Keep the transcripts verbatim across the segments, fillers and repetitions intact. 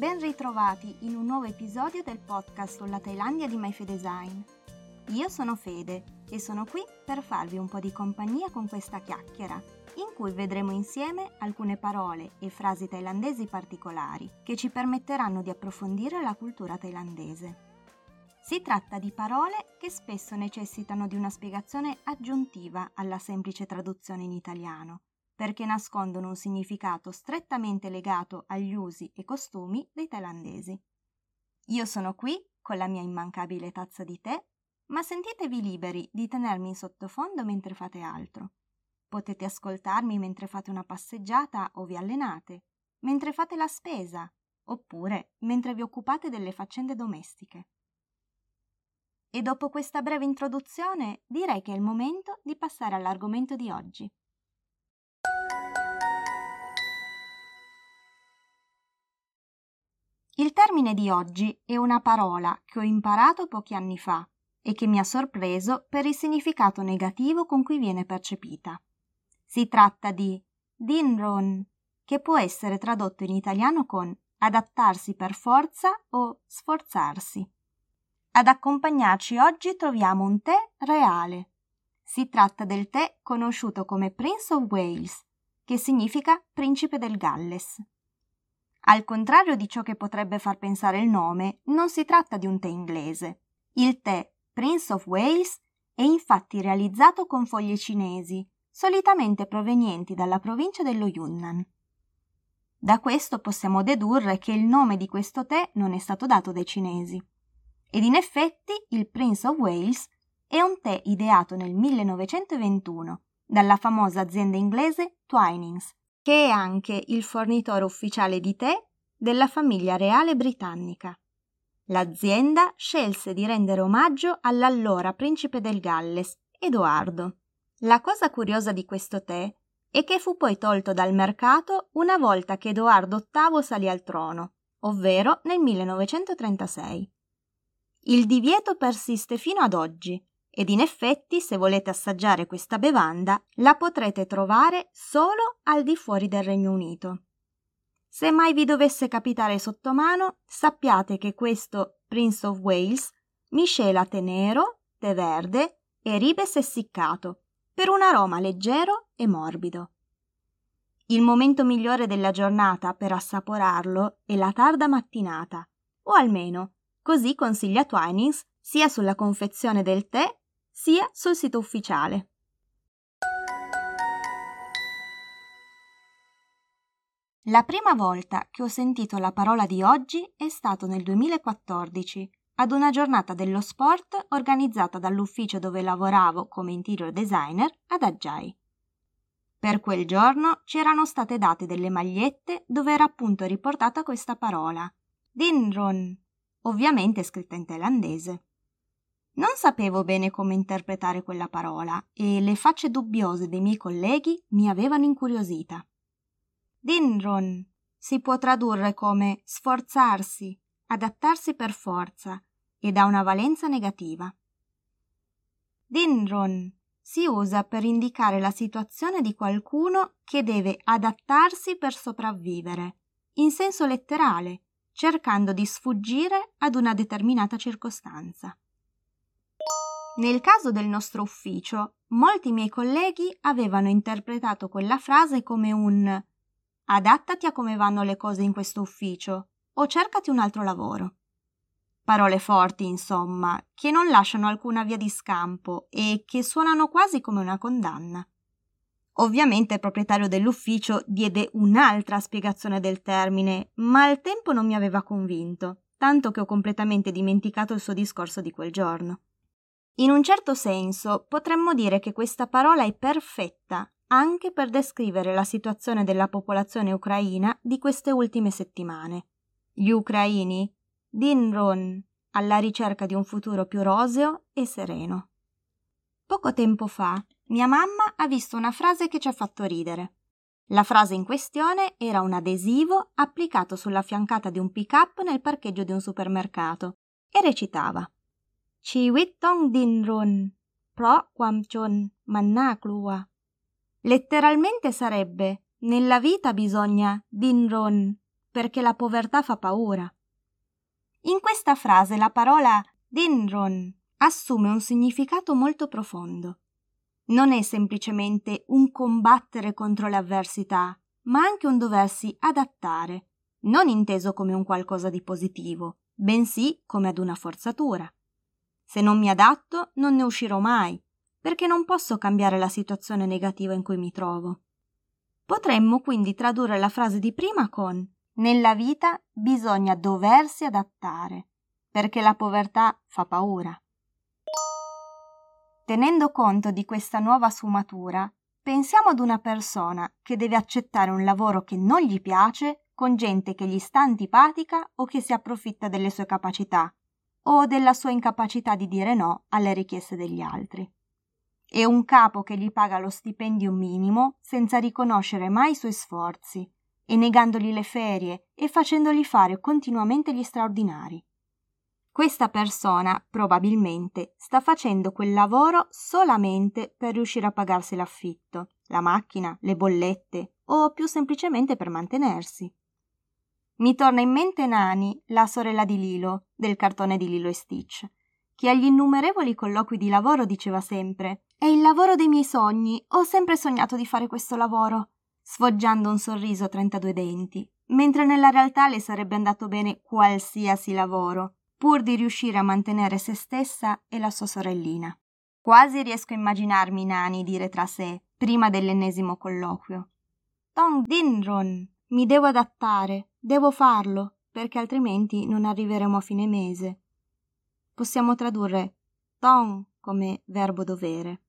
ben ritrovati in un nuovo episodio del podcast sulla Thailandia di MyFedesign. Io sono Fede e sono qui per farvi un po' di compagnia con questa chiacchiera, in cui vedremo insieme alcune parole e frasi thailandesi particolari che ci permetteranno di approfondire la cultura thailandese. Si tratta di parole che spesso necessitano di una spiegazione aggiuntiva alla semplice traduzione in italiano, perché nascondono un significato strettamente legato agli usi e costumi dei thailandesi. Io sono qui con la mia immancabile tazza di tè, ma sentitevi liberi di tenermi in sottofondo mentre fate altro. Potete ascoltarmi mentre fate una passeggiata o vi allenate, mentre fate la spesa, oppure mentre vi occupate delle faccende domestiche. E dopo questa breve introduzione, direi che è il momento di passare all'argomento di oggi. Il termine di oggi è una parola che ho imparato pochi anni fa e che mi ha sorpreso per il significato negativo con cui viene percepita. Si tratta di dinron, che può essere tradotto in italiano con adattarsi per forza o sforzarsi. Ad accompagnarci oggi troviamo un tè reale. Si tratta del tè conosciuto come Prince of Wales, che significa principe del Galles. Al contrario di ciò che potrebbe far pensare il nome, non si tratta di un tè inglese. Il tè Prince of Wales è infatti realizzato con foglie cinesi, solitamente provenienti dalla provincia dello Yunnan. Da questo possiamo dedurre che il nome di questo tè non è stato dato dai cinesi. Ed in effetti il Prince of Wales è un tè ideato nel millenovecentoventuno dalla famosa azienda inglese Twinings, che è anche il fornitore ufficiale di tè della famiglia reale britannica. L'azienda scelse di rendere omaggio all'allora principe del Galles, Edoardo. La cosa curiosa di questo tè è che fu poi tolto dal mercato una volta che Edoardo ottavo salì al trono, ovvero nel millenovecentotrentasei. Il divieto persiste fino ad oggi ed in effetti, se volete assaggiare questa bevanda, la potrete trovare solo al di fuori del Regno Unito. Se mai vi dovesse capitare sotto mano, sappiate che questo Prince of Wales miscela tè nero, tè verde e ribes essiccato per un aroma leggero e morbido. Il momento migliore della giornata per assaporarlo è la tarda mattinata, o almeno così consiglia Twinings sia sulla confezione del tè sia sul sito ufficiale. La prima volta che ho sentito la parola di oggi è stato nel duemilaquattordici, ad una giornata dello sport organizzata dall'ufficio dove lavoravo come interior designer ad Ajay. Per quel giorno ci erano state date delle magliette dove era appunto riportata questa parola, dinron, ovviamente scritta in thailandese. Non sapevo bene come interpretare quella parola e le facce dubbiose dei miei colleghi mi avevano incuriosita. Dinron si può tradurre come sforzarsi, adattarsi per forza ed ha una valenza negativa. Dinron si usa per indicare la situazione di qualcuno che deve adattarsi per sopravvivere, in senso letterale, cercando di sfuggire ad una determinata circostanza. Nel caso del nostro ufficio, molti miei colleghi avevano interpretato quella frase come un «adattati a come vanno le cose in questo ufficio» o «cercati un altro lavoro». Parole forti, insomma, che non lasciano alcuna via di scampo e che suonano quasi come una condanna. Ovviamente il proprietario dell'ufficio diede un'altra spiegazione del termine, ma al tempo non mi aveva convinto, tanto che ho completamente dimenticato il suo discorso di quel giorno. In un certo senso potremmo dire che questa parola è perfetta anche per descrivere la situazione della popolazione ucraina di queste ultime settimane. Gli ucraini, dinron, alla ricerca di un futuro più roseo e sereno. Poco tempo fa, mia mamma ha visto una frase che ci ha fatto ridere. La frase in questione era un adesivo applicato sulla fiancata di un pick-up nel parcheggio di un supermercato e recitava Chi wit tong dinron, pro kwam chon man na klua. Letteralmente sarebbe: nella vita bisogna dinron, perché la povertà fa paura. In questa frase la parola dinron assume un significato molto profondo. Non è semplicemente un combattere contro le avversità, ma anche un doversi adattare, non inteso come un qualcosa di positivo, bensì come ad una forzatura. Se non mi adatto, non ne uscirò mai, perché non posso cambiare la situazione negativa in cui mi trovo. Potremmo quindi tradurre la frase di prima con: nella vita bisogna doversi adattare, perché la povertà fa paura. Tenendo conto di questa nuova sfumatura, pensiamo ad una persona che deve accettare un lavoro che non gli piace con gente che gli sta antipatica o che si approfitta delle sue capacità o della sua incapacità di dire no alle richieste degli altri. E un capo che gli paga lo stipendio minimo senza riconoscere mai i suoi sforzi e negandogli le ferie e facendogli fare continuamente gli straordinari. Questa persona probabilmente sta facendo quel lavoro solamente per riuscire a pagarsi l'affitto, la macchina, le bollette o più semplicemente per mantenersi. Mi torna in mente Nani, la sorella di Lilo, del cartone di Lilo e Stitch, che agli innumerevoli colloqui di lavoro diceva sempre: «È il lavoro dei miei sogni, ho sempre sognato di fare questo lavoro», sfoggiando un sorriso a trentadue denti, mentre nella realtà le sarebbe andato bene qualsiasi lavoro, pur di riuscire a mantenere se stessa e la sua sorellina. Quasi riesco a immaginarmi Nani dire tra sé, prima dell'ennesimo colloquio: «Tong Dinron, mi devo adattare, devo farlo, perché altrimenti non arriveremo a fine mese». Possiamo tradurre Tong come verbo dovere.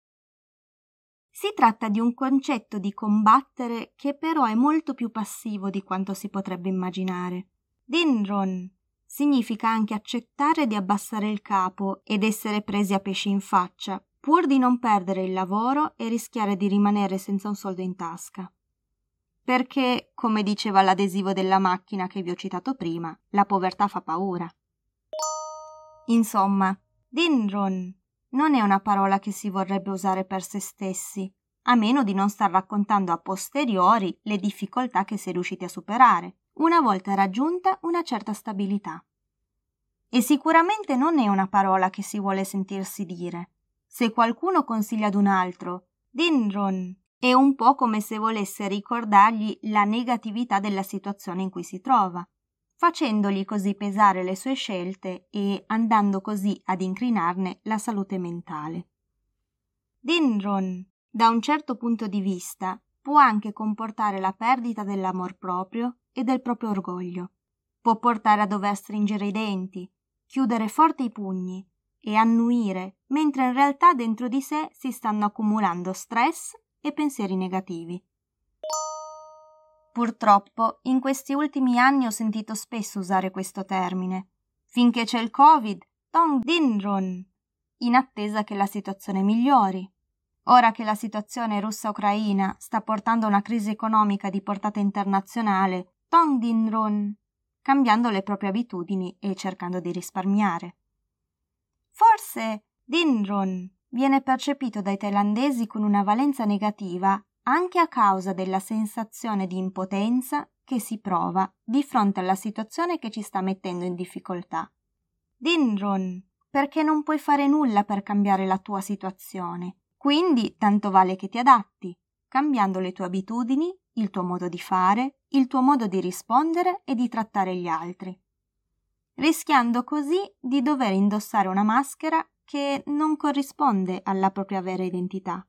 Si tratta di un concetto di combattere che però è molto più passivo di quanto si potrebbe immaginare. Dinron significa anche accettare di abbassare il capo ed essere presi a pesci in faccia, pur di non perdere il lavoro e rischiare di rimanere senza un soldo in tasca. Perché, come diceva l'adesivo della macchina che vi ho citato prima, la povertà fa paura. Insomma, dinron non è una parola che si vorrebbe usare per se stessi, a meno di non star raccontando a posteriori le difficoltà che si è riusciti a superare, una volta raggiunta una certa stabilità. E sicuramente non è una parola che si vuole sentirsi dire. Se qualcuno consiglia ad un altro dinron, è un po' come se volesse ricordargli la negatività della situazione in cui si trova, facendogli così pesare le sue scelte e andando così ad incrinarne la salute mentale. Dinron, da un certo punto di vista, può anche comportare la perdita dell'amor proprio e del proprio orgoglio. Può portare a dover stringere i denti, chiudere forte i pugni e annuire, mentre in realtà dentro di sé si stanno accumulando stress e pensieri negativi. Purtroppo, in questi ultimi anni ho sentito spesso usare questo termine. Finché c'è il Covid, Tong Dinron, in attesa che la situazione migliori. Ora che la situazione russa-ucraina sta portando a una crisi economica di portata internazionale, Tong Dinron, cambiando le proprie abitudini e cercando di risparmiare. Forse dinron viene percepito dai thailandesi con una valenza negativa anche a causa della sensazione di impotenza che si prova di fronte alla situazione che ci sta mettendo in difficoltà. Dinron, perché non puoi fare nulla per cambiare la tua situazione, quindi tanto vale che ti adatti, cambiando le tue abitudini, il tuo modo di fare, il tuo modo di rispondere e di trattare gli altri, rischiando così di dover indossare una maschera che non corrisponde alla propria vera identità.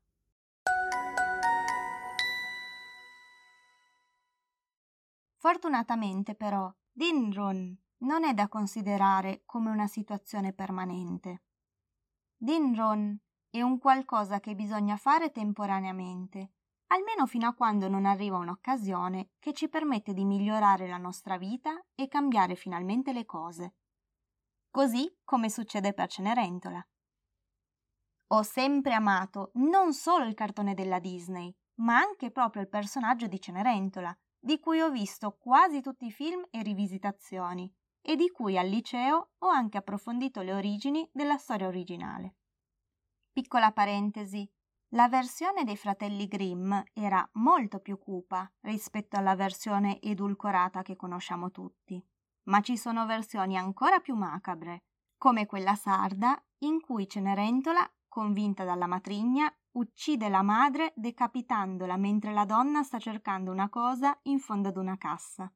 Fortunatamente però, dinron non è da considerare come una situazione permanente. Dinron è un qualcosa che bisogna fare temporaneamente, almeno fino a quando non arriva un'occasione che ci permette di migliorare la nostra vita e cambiare finalmente le cose. Così come succede per Cenerentola. Ho sempre amato non solo il cartone della Disney, ma anche proprio il personaggio di Cenerentola, di cui ho visto quasi tutti i film e rivisitazioni, e di cui al liceo ho anche approfondito le origini della storia originale. Piccola parentesi, La versione dei fratelli Grimm era molto più cupa rispetto alla versione edulcorata che conosciamo tutti, ma ci sono versioni ancora più macabre, come quella sarda in cui Cenerentola, convinta dalla matrigna, uccide la madre decapitandola mentre la donna sta cercando una cosa in fondo ad una cassa.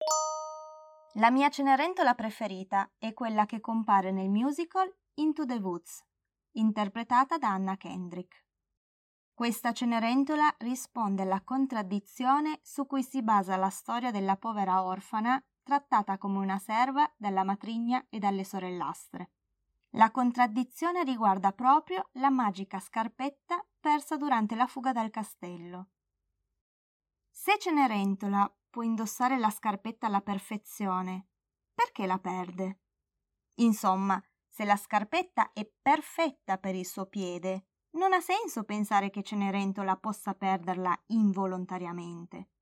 La mia Cenerentola preferita è quella che compare nel musical Into the Woods, interpretata da Anna Kendrick. Questa Cenerentola risponde alla contraddizione su cui si basa la storia della povera orfana trattata come una serva dalla matrigna e dalle sorellastre. La contraddizione riguarda proprio la magica scarpetta persa durante la fuga dal castello. Se Cenerentola può indossare la scarpetta alla perfezione, perché la perde? Insomma, se la scarpetta è perfetta per il suo piede, non ha senso pensare che Cenerentola possa perderla involontariamente.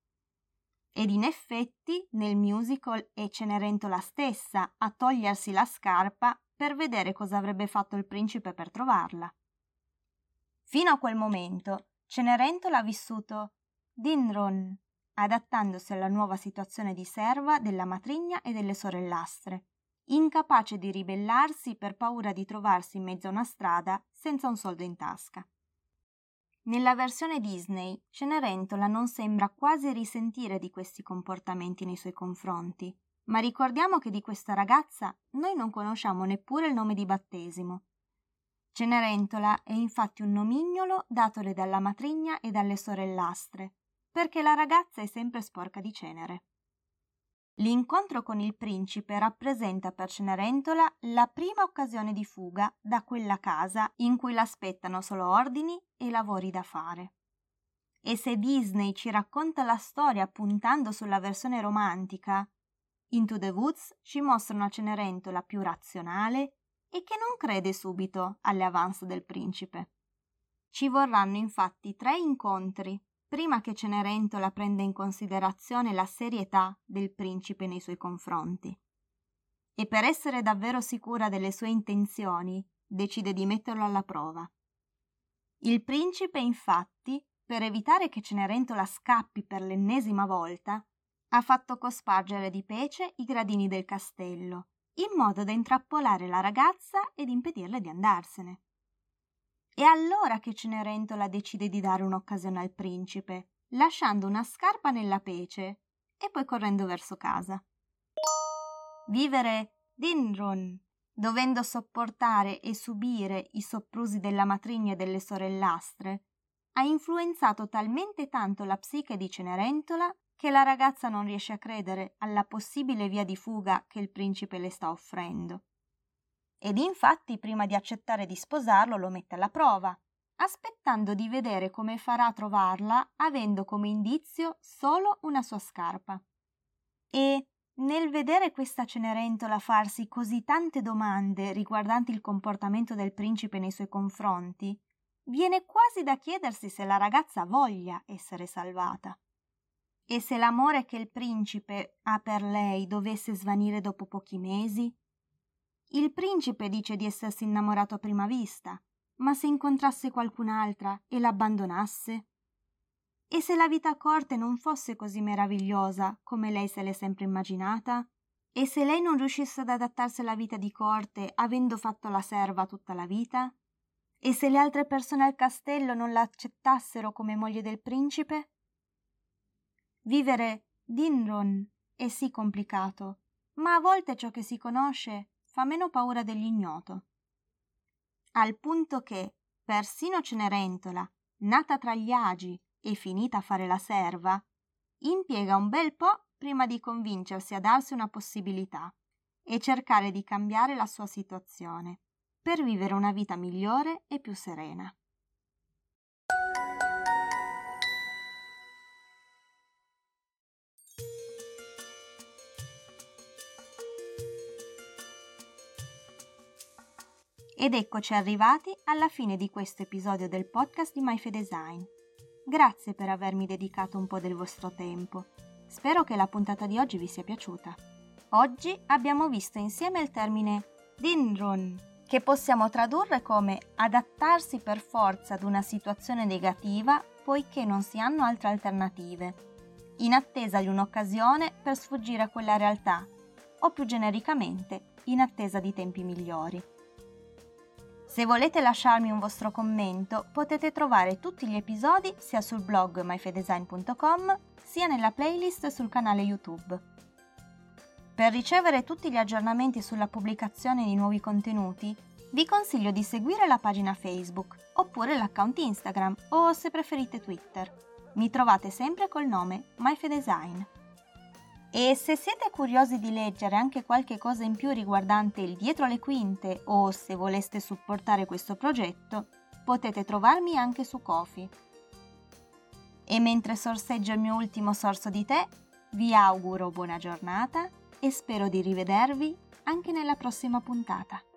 Ed in effetti nel musical è Cenerentola stessa a togliersi la scarpa per vedere cosa avrebbe fatto il principe per trovarla. Fino a quel momento Cenerentola ha vissuto dinron, adattandosi alla nuova situazione di serva della matrigna e delle sorellastre, incapace di ribellarsi per paura di trovarsi in mezzo a una strada senza un soldo in tasca. Nella versione Disney, Cenerentola non sembra quasi risentire di questi comportamenti nei suoi confronti, ma ricordiamo che di questa ragazza noi non conosciamo neppure il nome di battesimo. Cenerentola è infatti un nomignolo datole dalla matrigna e dalle sorellastre, perché la ragazza è sempre sporca di cenere. L'incontro con il principe rappresenta per Cenerentola la prima occasione di fuga da quella casa in cui l'aspettano solo ordini e lavori da fare. E se Disney ci racconta la storia puntando sulla versione romantica, Into the Woods ci mostra una Cenerentola più razionale e che non crede subito alle avance del principe. Ci vorranno infatti tre incontri prima che Cenerentola prenda in considerazione la serietà del principe nei suoi confronti. E per essere davvero sicura delle sue intenzioni, decide di metterlo alla prova. Il principe, infatti, per evitare che Cenerentola scappi per l'ennesima volta, ha fatto cospargere di pece i gradini del castello, in modo da intrappolare la ragazza ed impedirle di andarsene. È allora che Cenerentola decide di dare un'occasione al principe, lasciando una scarpa nella pece e poi correndo verso casa. Vivere dinron, dovendo sopportare e subire i soprusi della matrigna e delle sorellastre, ha influenzato talmente tanto la psiche di Cenerentola che la ragazza non riesce a credere alla possibile via di fuga che il principe le sta offrendo. Ed infatti prima di accettare di sposarlo lo mette alla prova, aspettando di vedere come farà a trovarla avendo come indizio solo una sua scarpa. E nel vedere questa Cenerentola farsi così tante domande riguardanti il comportamento del principe nei suoi confronti, viene quasi da chiedersi se la ragazza voglia essere salvata. E se l'amore che il principe ha per lei dovesse svanire dopo pochi mesi? Il principe dice di essersi innamorato a prima vista, ma se incontrasse qualcun'altra e l'abbandonasse? E se la vita a corte non fosse così meravigliosa come lei se l'è sempre immaginata? E se lei non riuscisse ad adattarsi alla vita di corte avendo fatto la serva tutta la vita? E se le altre persone al castello non la accettassero come moglie del principe? Vivere dinron è sì complicato, ma a volte ciò che si conosce fa meno paura dell'ignoto. Al punto che persino Cenerentola, nata tra gli agi e finita a fare la serva, impiega un bel po' prima di convincersi a darsi una possibilità e cercare di cambiare la sua situazione per vivere una vita migliore e più serena. Ed eccoci arrivati alla fine di questo episodio del podcast di MyFedesign. Grazie per avermi dedicato un po' del vostro tempo. Spero che la puntata di oggi vi sia piaciuta. Oggi abbiamo visto insieme il termine dinron, che possiamo tradurre come adattarsi per forza ad una situazione negativa poiché non si hanno altre alternative, in attesa di un'occasione per sfuggire a quella realtà, o più genericamente, in attesa di tempi migliori. Se volete lasciarmi un vostro commento, potete trovare tutti gli episodi sia sul blog my fedesign punto com sia nella playlist sul canale YouTube. Per ricevere tutti gli aggiornamenti sulla pubblicazione di nuovi contenuti, vi consiglio di seguire la pagina Facebook oppure l'account Instagram o, se preferite, Twitter. Mi trovate sempre col nome myfedesign. E se siete curiosi di leggere anche qualche cosa in più riguardante il dietro le quinte o se voleste supportare questo progetto, potete trovarmi anche su Ko-fi. E mentre sorseggio il mio ultimo sorso di tè, vi auguro buona giornata e spero di rivedervi anche nella prossima puntata.